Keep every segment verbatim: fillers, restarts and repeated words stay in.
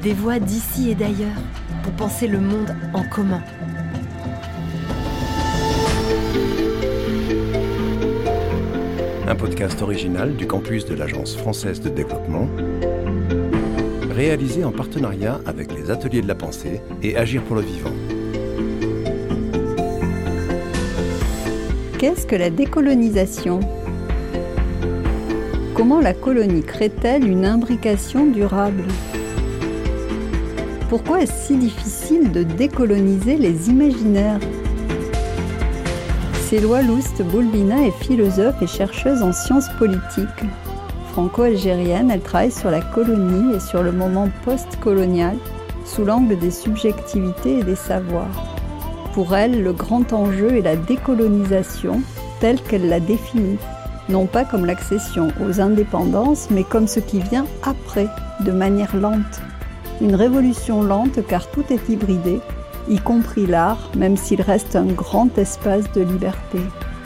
Des voix d'ici et d'ailleurs pour penser le monde en commun. Un podcast original du campus de l'Agence française de développement, réalisé en partenariat avec les Ateliers de la Pensée et Agir pour le Vivant. Qu'est-ce que la décolonisation ? Comment la colonie crée-t-elle une imbrication durable ? Pourquoi est-ce si difficile de décoloniser les imaginaires ? Céloi Louste-Boulbina est philosophe et chercheuse en sciences politiques. Franco-algérienne, elle travaille sur la colonie et sur le moment post-colonial sous l'angle des subjectivités et des savoirs. Pour elle, le grand enjeu est la décolonisation telle qu'elle l'a définie, non pas comme l'accession aux indépendances, mais comme ce qui vient après, de manière lente. Une révolution lente car tout est hybridé, y compris l'art, même s'il reste un grand espace de liberté.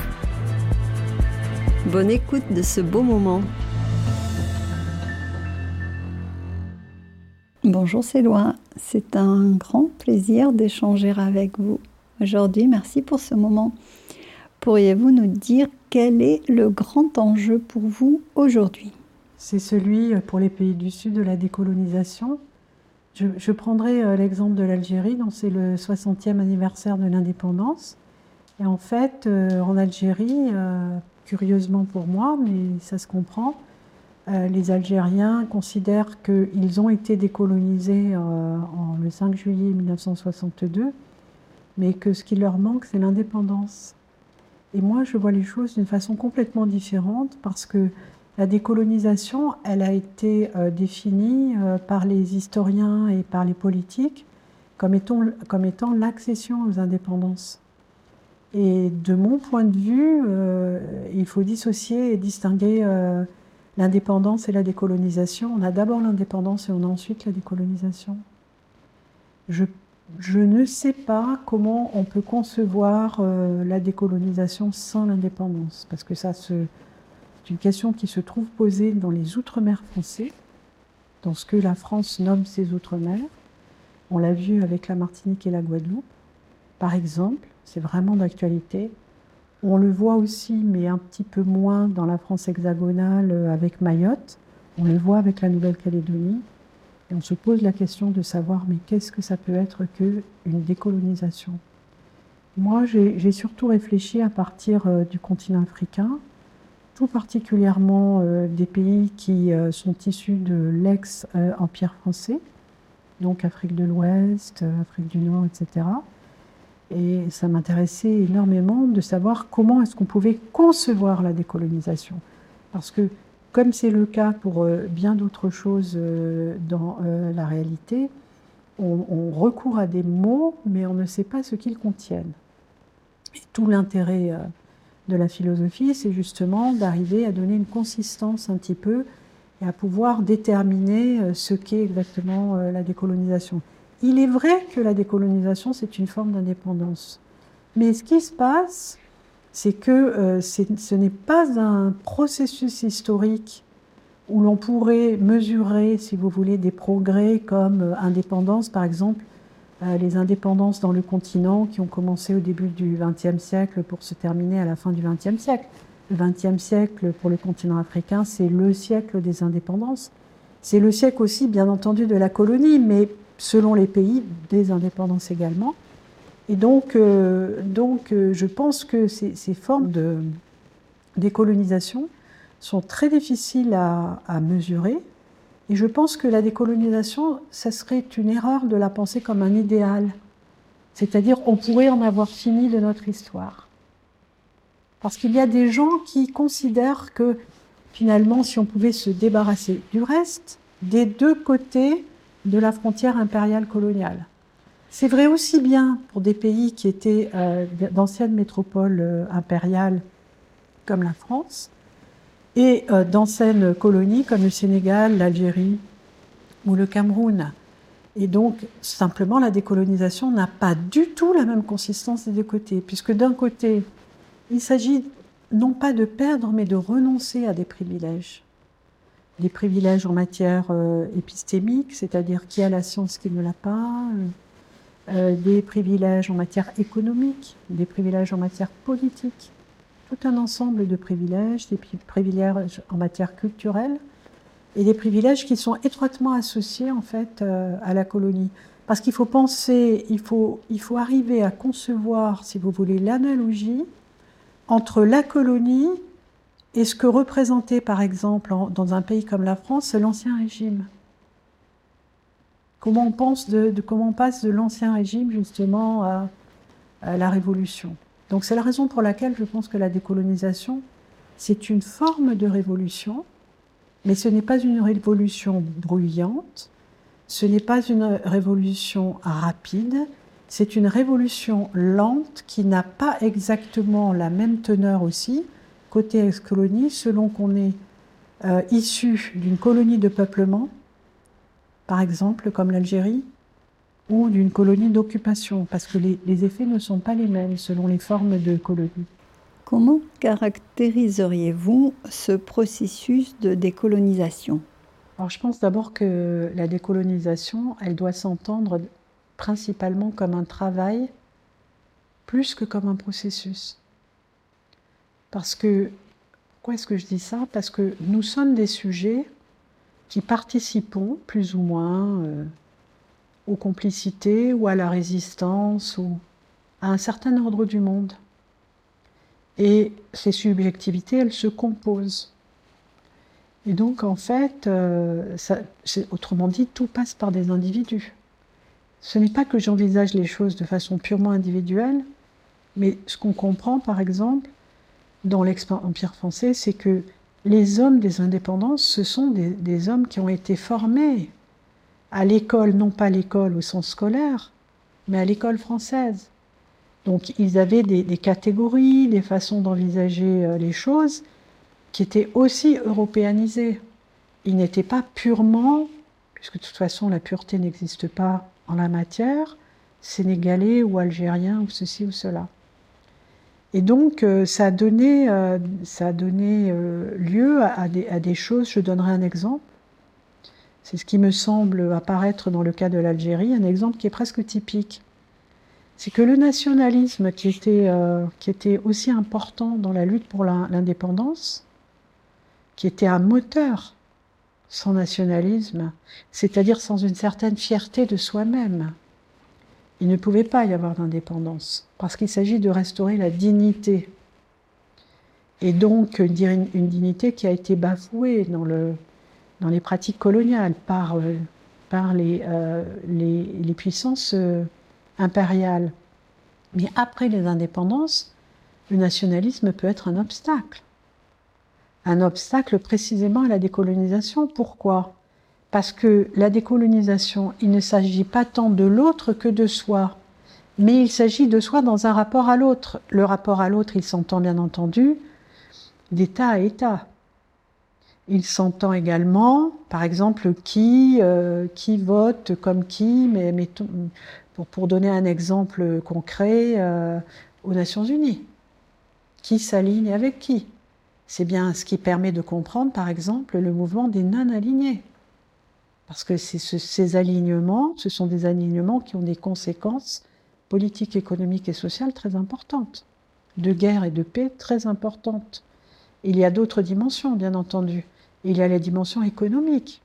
Bonne écoute de ce beau moment. Bonjour Céloi, c'est un grand plaisir d'échanger avec vous aujourd'hui. Merci pour ce moment. Pourriez-vous nous dire quel est le grand enjeu pour vous aujourd'hui ? C'est celui pour les pays du Sud de la décolonisation. Je, je prendrai euh, l'exemple de l'Algérie, dont c'est le soixantième anniversaire de l'indépendance. Et en fait, euh, en Algérie, euh, curieusement pour moi, mais ça se comprend, euh, les Algériens considèrent qu'ils ont été décolonisés euh, en, le cinq juillet mille neuf cent soixante-deux, mais que ce qui leur manque, c'est l'indépendance. Et moi, je vois les choses d'une façon complètement différente, parce que la décolonisation, elle a été euh, définie euh, par les historiens et par les politiques comme étant, comme étant l'accession aux indépendances. Et de mon point de vue, euh, il faut dissocier et distinguer euh, l'indépendance et la décolonisation. On a d'abord l'indépendance et on a ensuite la décolonisation. Je, je ne sais pas comment on peut concevoir euh, la décolonisation sans l'indépendance, parce que ça se... C'est une question qui se trouve posée dans les Outre-mer français, dans ce que la France nomme ses Outre-mer. On l'a vu avec la Martinique et la Guadeloupe, par exemple, c'est vraiment d'actualité. On le voit aussi, mais un petit peu moins dans la France hexagonale avec Mayotte. On le voit avec la Nouvelle-Calédonie. Et on se pose la question de savoir, mais qu'est-ce que ça peut être qu'une décolonisation ? Moi, j'ai, j'ai surtout réfléchi à partir euh, du continent africain, tout particulièrement euh, des pays qui euh, sont issus de l'ex-empire français, donc Afrique de l'Ouest, euh, Afrique du Nord, et cetera. Et ça m'intéressait énormément de savoir comment est-ce qu'on pouvait concevoir la décolonisation. Parce que, comme c'est le cas pour euh, bien d'autres choses euh, dans euh, la réalité, on, on recourt à des mots, mais on ne sait pas ce qu'ils contiennent. Et tout l'intérêt euh, de la philosophie, c'est justement d'arriver à donner une consistance un petit peu et à pouvoir déterminer ce qu'est exactement la décolonisation. Il est vrai que la décolonisation, c'est une forme d'indépendance. Mais ce qui se passe, c'est que euh, c'est, ce n'est pas un processus historique où l'on pourrait mesurer, si vous voulez, des progrès comme euh, indépendance, par exemple, Euh, les indépendances dans le continent qui ont commencé au début du vingtième siècle pour se terminer à la fin du vingtième siècle. Le vingtième siècle, pour le continent africain, c'est le siècle des indépendances. C'est le siècle aussi, bien entendu, de la colonie, mais selon les pays, des indépendances également. Et donc, euh, donc euh, je pense que ces, ces formes de décolonisation sont très difficiles à, à mesurer. Et je pense que la décolonisation, ça serait une erreur de la penser comme un idéal. C'est-à-dire, on pourrait en avoir fini de notre histoire. Parce qu'il y a des gens qui considèrent que, finalement, si on pouvait se débarrasser du reste, des deux côtés de la frontière impériale coloniale. C'est vrai aussi bien pour des pays qui étaient euh, d'anciennes métropoles euh, impériales, comme la France, et euh, d'anciennes colonies comme le Sénégal, l'Algérie ou le Cameroun. Et donc, simplement, la décolonisation n'a pas du tout la même consistance des deux côtés, puisque d'un côté, il s'agit non pas de perdre, mais de renoncer à des privilèges. des privilèges en matière euh, épistémique, c'est-à-dire qui a la science, qui ne l'a pas, euh, des privilèges en matière économique, des privilèges en matière politique, tout un ensemble de privilèges, des privilèges en matière culturelle, et des privilèges qui sont étroitement associés en fait euh, à la colonie. Parce qu'il faut penser, il faut, il faut arriver à concevoir, si vous voulez, l'analogie entre la colonie et ce que représentait, par exemple, en, dans un pays comme la France, l'Ancien Régime. Comment on pense de, de comment on passe de l'Ancien Régime justement à, à la Révolution. Donc c'est la raison pour laquelle je pense que la décolonisation, c'est une forme de révolution, mais ce n'est pas une révolution bruyante, ce n'est pas une révolution rapide, c'est une révolution lente qui n'a pas exactement la même teneur aussi, côté ex-colonie, selon qu'on est euh, issu d'une colonie de peuplement, par exemple comme l'Algérie, ou d'une colonie d'occupation, parce que les, les effets ne sont pas les mêmes selon les formes de colonie. Comment caractériseriez-vous ce processus de décolonisation ? Alors je pense d'abord que la décolonisation, elle doit s'entendre principalement comme un travail, plus que comme un processus. Parce que, pourquoi est-ce que je dis ça ? Parce que nous sommes des sujets qui participons, plus ou moins, euh, aux complicités ou à la résistance ou à un certain ordre du monde. Et ces subjectivités, elles se composent. Et donc, en fait, euh, ça, autrement dit, tout passe par des individus. Ce n'est pas que j'envisage les choses de façon purement individuelle, mais ce qu'on comprend, par exemple, dans l'ex-empire français, c'est que les hommes des indépendances, ce sont des, des hommes qui ont été formés à l'école, non pas l'école au sens scolaire, mais à l'école française. Donc ils avaient des, des catégories, des façons d'envisager euh, les choses qui étaient aussi européanisées. Ils n'étaient pas purement, puisque de toute façon la pureté n'existe pas en la matière, sénégalais ou algériens ou ceci ou cela. Et donc, euh, ça a donné, euh, ça a donné euh, lieu à, à, des, à des choses. Je donnerai un exemple. C'est ce qui me semble apparaître dans le cas de l'Algérie, un exemple qui est presque typique. C'est que le nationalisme qui était, euh, qui était aussi important dans la lutte pour la, l'indépendance, qui était un moteur sans nationalisme, c'est-à-dire sans une certaine fierté de soi-même, il ne pouvait pas y avoir d'indépendance, parce qu'il s'agit de restaurer la dignité. Et donc, une, une dignité qui a été bafouée dans, le, dans les pratiques coloniales par, euh, par les, euh, les, les puissances euh, impériales. Mais après les indépendances, le nationalisme peut être un obstacle. Un obstacle précisément à la décolonisation. Pourquoi ? Parce que la décolonisation, il ne s'agit pas tant de l'autre que de soi, mais il s'agit de soi dans un rapport à l'autre. Le rapport à l'autre, il s'entend bien entendu d'État à État. Il s'entend également, par exemple, qui, euh, qui vote comme qui, mais, mais pour, pour donner un exemple concret, euh, aux Nations Unies. Qui s'aligne avec qui ? C'est bien ce qui permet de comprendre, par exemple, le mouvement des non-alignés. Parce que c'est ce, ces alignements, ce sont des alignements qui ont des conséquences politiques, économiques et sociales très importantes, de guerre et de paix très importantes. Il y a d'autres dimensions, bien entendu. Il y a les dimensions économiques.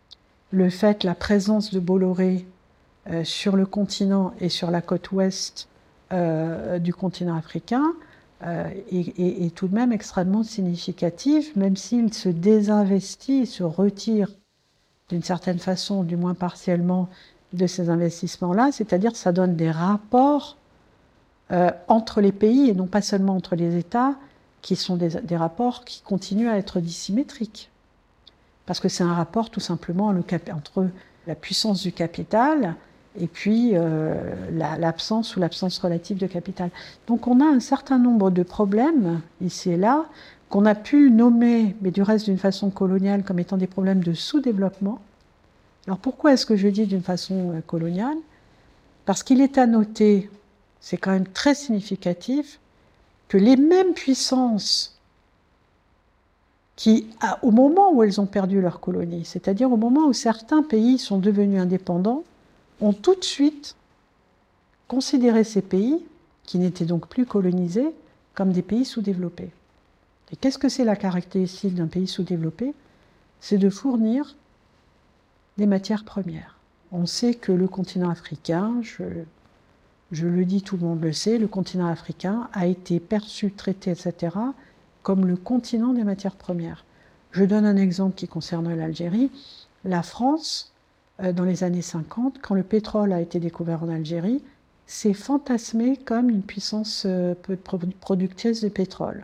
Le fait, la présence de Bolloré euh, sur le continent et sur la côte ouest euh, du continent africain euh, est, est, est tout de même extrêmement significatif, même s'il se désinvestit, se retire d'une certaine façon, du moins partiellement, de ces investissements-là, c'est-à-dire que ça donne des rapports euh, entre les pays, et non pas seulement entre les États, qui sont des, des rapports qui continuent à être dissymétriques. Parce que c'est un rapport tout simplement le cap- entre la puissance du capital et puis euh, la, l'absence ou l'absence relative de capital. Donc on a un certain nombre de problèmes, ici et là, qu'on a pu nommer, mais du reste d'une façon coloniale, comme étant des problèmes de sous-développement. Alors pourquoi est-ce que je dis d'une façon euh, coloniale ? Parce qu'il est à noter, c'est quand même très significatif, que les mêmes puissances qui, au moment où elles ont perdu leur colonie, c'est-à-dire au moment où certains pays sont devenus indépendants, ont tout de suite considéré ces pays, qui n'étaient donc plus colonisés, comme des pays sous-développés. Et qu'est-ce que c'est la caractéristique d'un pays sous-développé? C'est de fournir des matières premières. On sait que le continent africain, je, je le dis, tout le monde le sait, le continent africain a été perçu, traité, et cetera, comme le continent des matières premières. Je donne un exemple qui concerne l'Algérie. La France, euh, dans les années cinquante, quand le pétrole a été découvert en Algérie, s'est fantasmée comme une puissance euh, productrice de pétrole.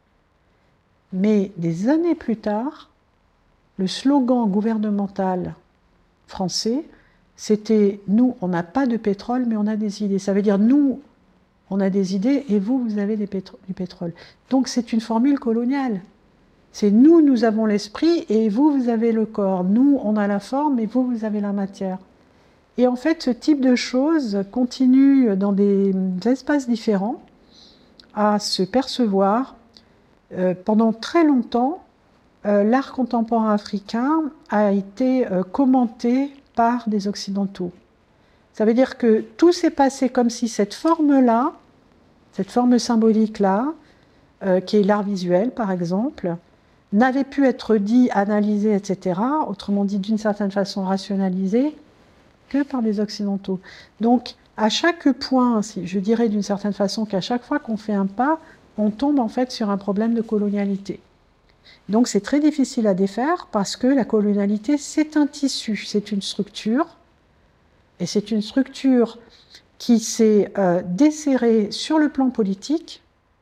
Mais des années plus tard, le slogan gouvernemental français, c'était « Nous, on n'a pas de pétrole, mais on a des idées ». Ça veut dire « Nous, on a des idées et vous, vous avez des pétro- du pétrole ». Donc c'est une formule coloniale. C'est « Nous, nous avons l'esprit et vous, vous avez le corps. Nous, on a la forme et vous, vous avez la matière ». Et en fait, ce type de choses continue dans des espaces différents à se percevoir. Euh, pendant très longtemps, euh, l'art contemporain africain a été euh, commenté par des Occidentaux. Ça veut dire que tout s'est passé comme si cette forme-là, cette forme symbolique-là, euh, qui est l'art visuel par exemple, n'avait pu être dit, analysé, et cetera, autrement dit d'une certaine façon rationalisé, que par des Occidentaux. Donc, à chaque point, je dirais d'une certaine façon qu'à chaque fois qu'on fait un pas, on tombe en fait sur un problème de colonialité. Donc c'est très difficile à défaire parce que la colonialité, c'est un tissu, c'est une structure, et c'est une structure qui s'est euh, desserrée sur le plan politique,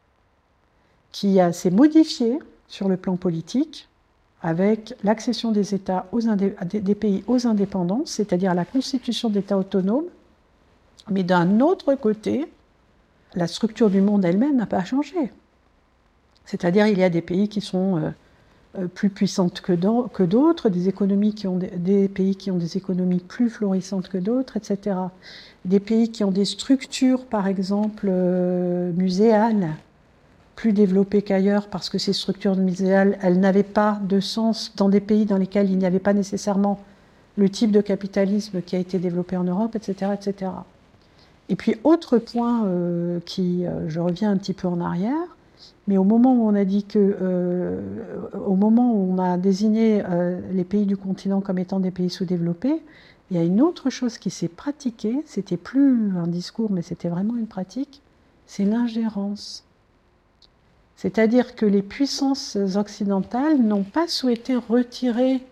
qui a, s'est modifiée sur le plan politique, avec l'accession des États aux indé- des pays aux indépendances, c'est-à-dire la constitution d'États autonomes, mais d'un autre côté, la structure du monde elle-même n'a pas changé. C'est-à-dire il y a des pays qui sont euh, euh, plus puissantes que, dans, que d'autres, des économies qui ont des, des pays qui ont des économies plus florissantes que d'autres, et cetera. Des pays qui ont des structures, par exemple, euh, muséales, plus développées qu'ailleurs, parce que ces structures muséales, elles n'avaient pas de sens dans des pays dans lesquels il n'y avait pas nécessairement le type de capitalisme qui a été développé en Europe, et cetera, et cetera. Et puis, autre point euh, qui, euh, je reviens un petit peu en arrière, mais au moment où on a dit que, euh, au moment où on a désigné euh, les pays du continent comme étant des pays sous-développés, il y a une autre chose qui s'est pratiquée, c'était plus un discours, mais c'était vraiment une pratique, c'est l'ingérence. C'est-à-dire que les puissances occidentales n'ont pas souhaité retirer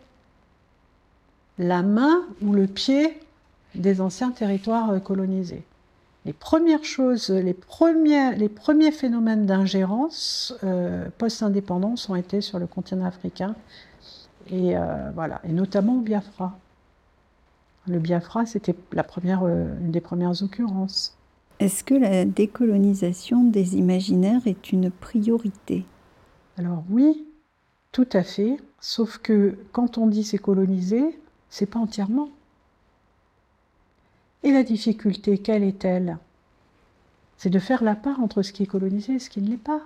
la main ou le pied des anciens territoires colonisés. Les premières choses, les premiers, les premiers phénomènes d'ingérence euh, post-indépendance ont été sur le continent africain, et, euh, voilà, et notamment au Biafra. Le Biafra, c'était la première, euh, une des premières occurrences. Est-ce que la décolonisation des imaginaires est une priorité? Alors oui, tout à fait, sauf que quand on dit c'est colonisé, c'est pas entièrement. Et la difficulté, quelle est-elle? C'est de faire la part entre ce qui est colonisé et ce qui ne l'est pas.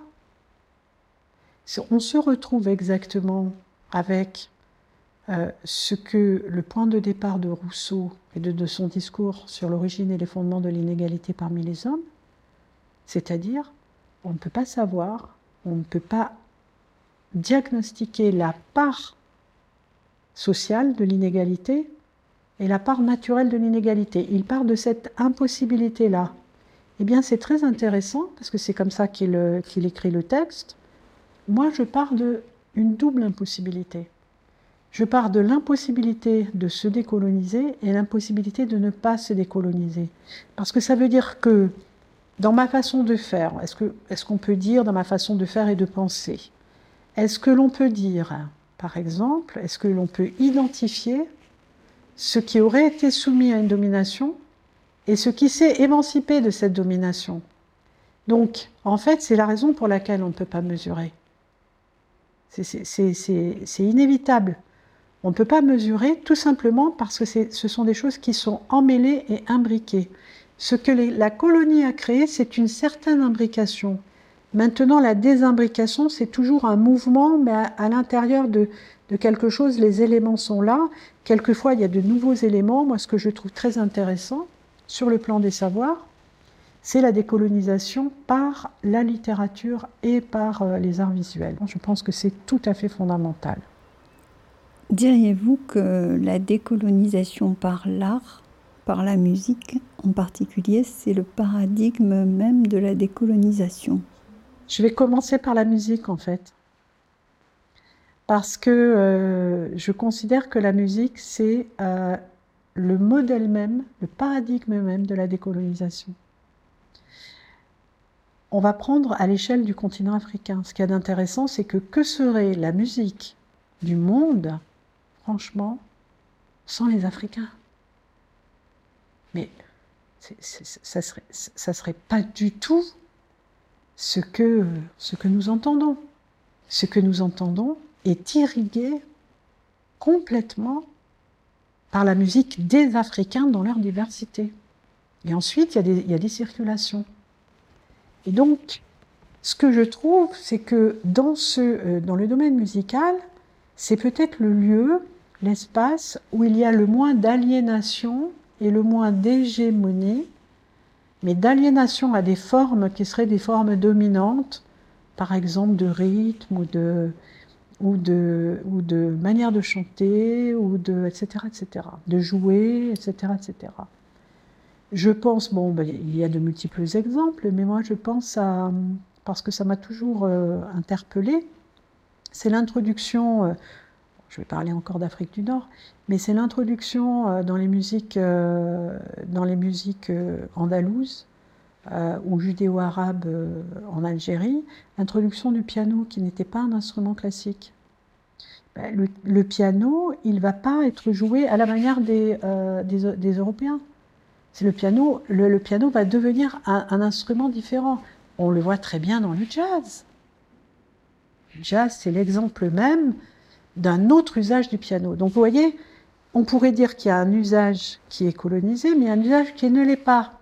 On se retrouve exactement avec euh, ce que le point de départ de Rousseau et de, de son discours sur l'origine et les fondements de l'inégalité parmi les hommes, c'est-à-dire on ne peut pas savoir, on ne peut pas diagnostiquer la part sociale de l'inégalité et la part naturelle de l'inégalité. Il part de cette impossibilité-là. Eh bien, c'est très intéressant, parce que c'est comme ça qu'il, qu'il écrit le texte. Moi, je pars d'une double impossibilité. Je pars de l'impossibilité de se décoloniser et l'impossibilité de ne pas se décoloniser. Parce que ça veut dire que, dans ma façon de faire, est-ce que, est-ce qu'on peut dire dans ma façon de faire et de penser, est-ce que l'on peut dire, par exemple, est-ce que l'on peut identifier ce qui aurait été soumis à une domination et ce qui s'est émancipé de cette domination. Donc, en fait, c'est la raison pour laquelle on ne peut pas mesurer. C'est, c'est, c'est, c'est, c'est inévitable. On ne peut pas mesurer tout simplement parce que c'est, ce sont des choses qui sont emmêlées et imbriquées. Ce que les, la colonie a créé, c'est une certaine imbrication. Maintenant, la désimbrication, c'est toujours un mouvement, mais à, à l'intérieur de, de quelque chose, les éléments sont là. Quelquefois, il y a de nouveaux éléments. Moi, ce que je trouve très intéressant, sur le plan des savoirs, c'est la décolonisation par la littérature et par euh, les arts visuels. Je pense que c'est tout à fait fondamental. Diriez-vous que la décolonisation par l'art, par la musique en particulier, c'est le paradigme même de la décolonisation ? Je vais commencer par la musique, en fait. Parce que euh, je considère que la musique, c'est euh, le modèle même, le paradigme même de la décolonisation. On va prendre à l'échelle du continent africain. Ce qu'il y a d'intéressant, c'est que que serait la musique du monde, franchement, sans les Africains ? Mais c'est, c'est, ça serait, ça serait pas du tout ce que, ce que nous entendons. Ce que nous entendons est irrigué complètement par la musique des Africains dans leur diversité. Et ensuite, il y a des, il y a des circulations. Et donc, ce que je trouve, c'est que dans, ce, euh, dans le domaine musical, c'est peut-être le lieu, l'espace où il y a le moins d'aliénation et le moins d'hégémonie, mais d'aliénation à des formes qui seraient des formes dominantes, par exemple de rythme ou de, ou de, ou de manière de chanter, ou de, et cetera, et cetera, de jouer, et cetera, et cetera. Je pense, bon, ben, il y a de multiples exemples, mais moi je pense à, parce que ça m'a toujours euh, interpellée, c'est l'introduction, euh, je vais parler encore d'Afrique du Nord, mais c'est l'introduction euh, dans les musiques, euh, dans les musiques euh, andalouses euh, ou judéo-arabes euh, en Algérie, l'introduction du piano qui n'était pas un instrument classique. Ben, le, le piano, il ne va pas être joué à la manière des, euh, des, des Européens. C'est le piano, le, le piano va devenir un, un instrument différent. On le voit très bien dans le jazz. Le jazz, c'est l'exemple même d'un autre usage du piano. Donc vous voyez, on pourrait dire qu'il y a un usage qui est colonisé, mais un usage qui ne l'est pas.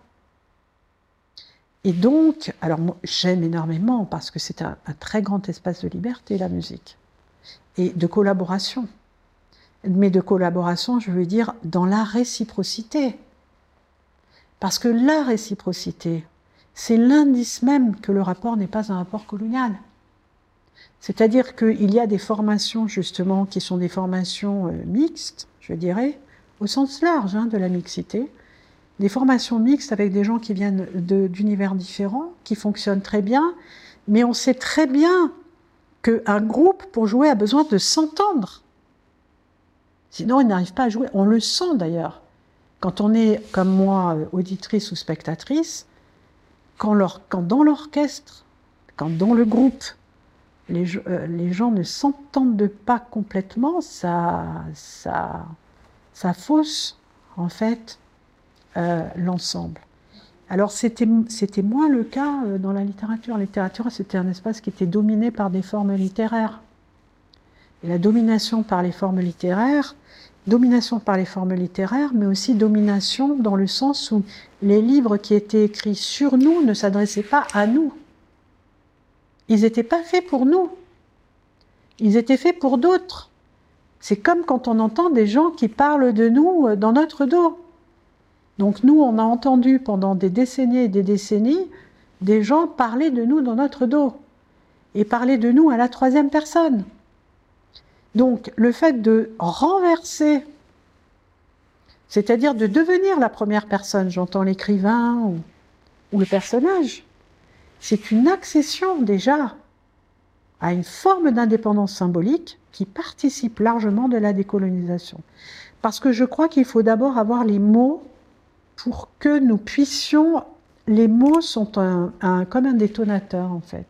Et donc, alors moi, j'aime énormément parce que c'est un, un très grand espace de liberté, la musique, et de collaboration. Mais de collaboration, je veux dire, dans la réciprocité. Parce que la réciprocité, c'est l'indice même que le rapport n'est pas un rapport colonial. C'est-à-dire qu'il y a des formations, justement, qui sont des formations euh, mixtes, je dirais, au sens large hein, de la mixité, des formations mixtes avec des gens qui viennent de, d'univers différents, qui fonctionnent très bien, mais on sait très bien qu'un groupe, pour jouer, a besoin de s'entendre. Sinon, il n'arrive pas à jouer. On le sent d'ailleurs. Quand on est, comme moi, auditrice ou spectatrice, quand, leur, quand dans l'orchestre, quand dans le groupe, les, euh, les gens ne s'entendent pas complètement, ça, ça, ça fausse, en fait, euh, l'ensemble. Alors, c'était, c'était moins le cas dans la littérature. La littérature, c'était un espace qui était dominé par des formes littéraires. Et la domination par les formes littéraires, domination par les formes littéraires, mais aussi domination dans le sens où les livres qui étaient écrits sur nous ne s'adressaient pas à nous. Ils n'étaient pas faits pour nous. Ils étaient faits pour d'autres. C'est comme quand on entend des gens qui parlent de nous dans notre dos. Donc nous, on a entendu pendant des décennies et des décennies des gens parler de nous dans notre dos et parler de nous à la troisième personne. Donc, le fait de renverser, c'est-à-dire de devenir la première personne, j'entends l'écrivain ou, ou le personnage, c'est une accession déjà à une forme d'indépendance symbolique qui participe largement de la décolonisation. Parce que je crois qu'il faut d'abord avoir les mots pour que nous puissions... Les mots sont un, un, comme un détonateur, en fait.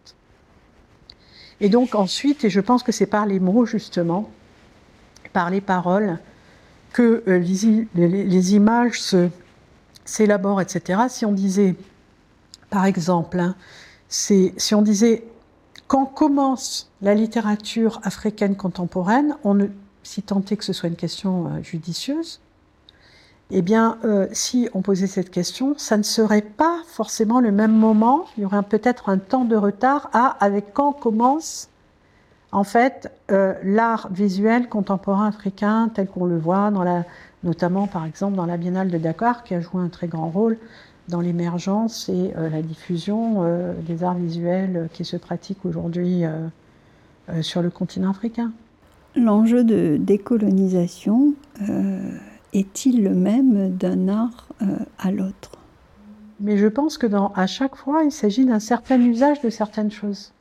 Et donc ensuite, et je pense que c'est par les mots justement, par les paroles, que euh, les, les, les images se, s'élaborent, et cetera. Si on disait, par exemple, hein, c'est, si on disait, quand commence la littérature africaine contemporaine, on ne, si tant est que ce soit une question euh, judicieuse, Eh bien, euh, si on posait cette question, ça ne serait pas forcément le même moment. Il y aurait peut-être un temps de retard à avec quand commence en fait euh, l'art visuel contemporain africain tel qu'on le voit dans la, notamment par exemple dans la Biennale de Dakar, qui a joué un très grand rôle dans l'émergence et euh, la diffusion euh, des arts visuels qui se pratiquent aujourd'hui euh, euh, sur le continent africain. L'enjeu de décolonisation euh, est-il le même d'un art euh, à l'autre ? Mais je pense que dans, à chaque fois, il s'agit d'un certain usage de certaines choses.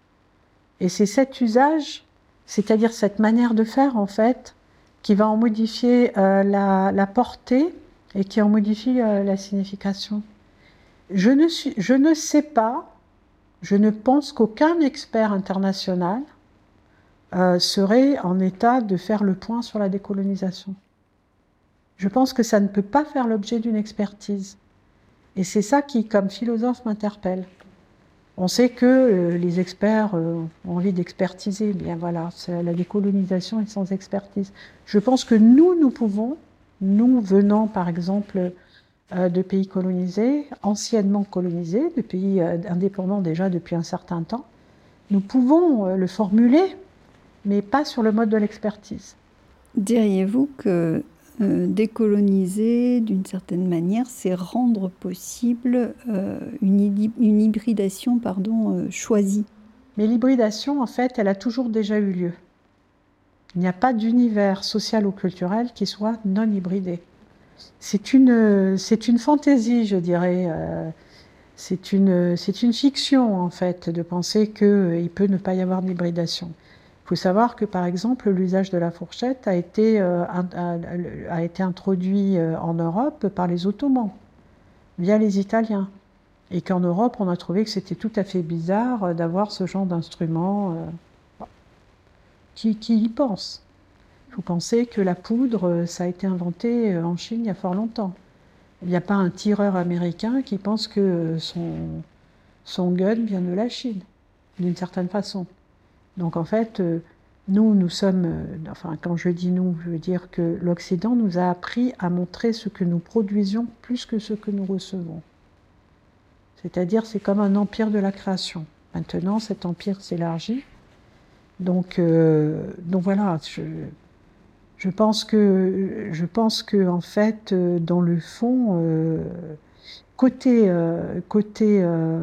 Et c'est cet usage, c'est-à-dire cette manière de faire, en fait, qui va en modifier euh, la, la portée et qui en modifie euh, la signification. Je ne, suis, je ne sais pas, je ne pense qu'aucun expert international euh, serait en état de faire le point sur la décolonisation. Je pense que ça ne peut pas faire l'objet d'une expertise. Et c'est ça qui, comme philosophe, m'interpelle. On sait que euh, les experts euh, ont envie d'expertiser. Bien voilà, la décolonisation est sans expertise. Je pense que nous, nous pouvons, nous venant par exemple euh, de pays colonisés, anciennement colonisés, de pays euh, indépendants déjà depuis un certain temps, nous pouvons euh, le formuler, mais pas sur le mode de l'expertise. Diriez-vous que Euh, décoloniser, d'une certaine manière, c'est rendre possible euh, une, hy- une hybridation pardon, euh, choisie. Mais l'hybridation, en fait, elle a toujours déjà eu lieu. Il n'y a pas d'univers social ou culturel qui soit non hybridé. C'est une, c'est une fantaisie, je dirais. Euh, c'est une, c'est une fiction, en fait, de penser qu'il peut ne pas y avoir d'hybridation. Il faut savoir que, par exemple, l'usage de la fourchette a été, euh, a, a été introduit euh, en Europe par les Ottomans, via les Italiens. Et qu'en Europe, on a trouvé que c'était tout à fait bizarre euh, d'avoir ce genre d'instrument. Euh, qui, qui y pense ? Il faut penser que la poudre, euh, ça a été inventé euh, en Chine il y a fort longtemps. Il n'y a pas un tireur américain qui pense que euh, son, son gun vient de la Chine, d'une certaine façon. Donc en fait, euh, nous, nous sommes, euh, enfin quand je dis nous, je veux dire que l'Occident nous a appris à montrer ce que nous produisions plus que ce que nous recevons. C'est-à-dire, c'est comme un empire de la création. Maintenant, cet empire s'élargit. Donc, euh, donc voilà, je, je pense que, je pense que en fait, euh, dans le fond, euh, côté, euh, côté, euh,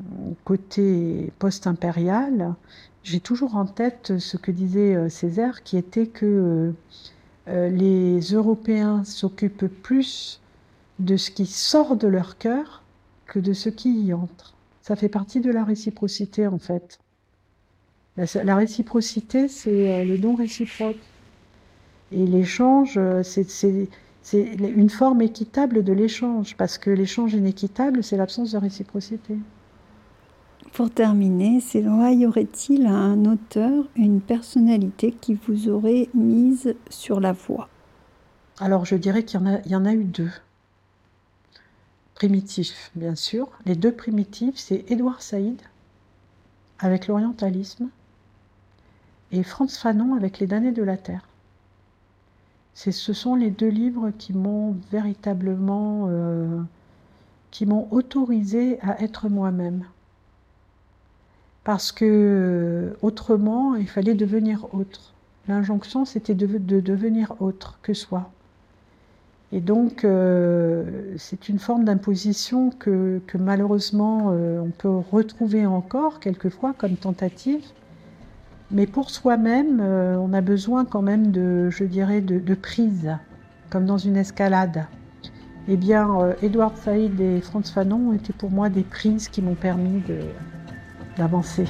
côté post-impérial, j'ai toujours en tête ce que disait Césaire, qui était que euh, les Européens s'occupent plus de ce qui sort de leur cœur que de ce qui y entre. Ça fait partie de la réciprocité, en fait. La, la réciprocité, c'est le don réciproque. Et l'échange, c'est, c'est, c'est une forme équitable de l'échange, parce que l'échange inéquitable, c'est l'absence de réciprocité. Pour terminer, Céloa, y aurait-il un auteur, une personnalité qui vous aurait mise sur la voie ? Alors, je dirais qu'il y en a, il y en a eu deux. Primitifs, bien sûr. Les deux primitifs, c'est Édouard Saïd, avec l'orientalisme, et Frantz Fanon, avec Les damnés de la terre. C'est, ce sont les deux livres qui m'ont véritablement, euh, qui m'ont autorisé à être moi-même. Parce que, euh, autrement, il fallait devenir autre. L'injonction, c'était de, de devenir autre que soi. Et donc, euh, c'est une forme d'imposition que, que malheureusement, euh, on peut retrouver encore, quelquefois, comme tentative. Mais pour soi-même, euh, on a besoin quand même de, je dirais, de, de prise, comme dans une escalade. Eh bien, euh, Édouard Saïd et Frantz Fanon étaient pour moi des prises qui m'ont permis de... d'avancer.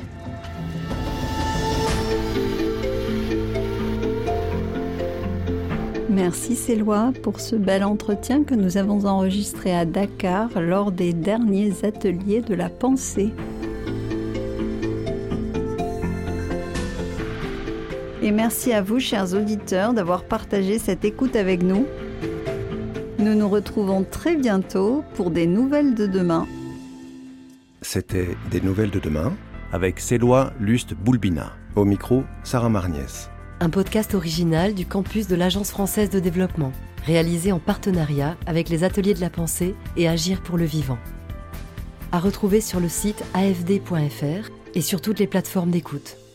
Merci Céloa pour ce bel entretien que nous avons enregistré à Dakar lors des derniers ateliers de la pensée. Et merci à vous, chers auditeurs, d'avoir partagé cette écoute avec nous. Nous nous retrouvons très bientôt pour des nouvelles de demain. C'était Des nouvelles de demain avec Céloa Lust Boulbina. Au micro, Sarah Marniès. un podcast original du campus de l'Agence française de développement, réalisé en partenariat avec les Ateliers de la Pensée et Agir pour le Vivant. À retrouver sur le site a f d point f r et sur toutes les plateformes d'écoute.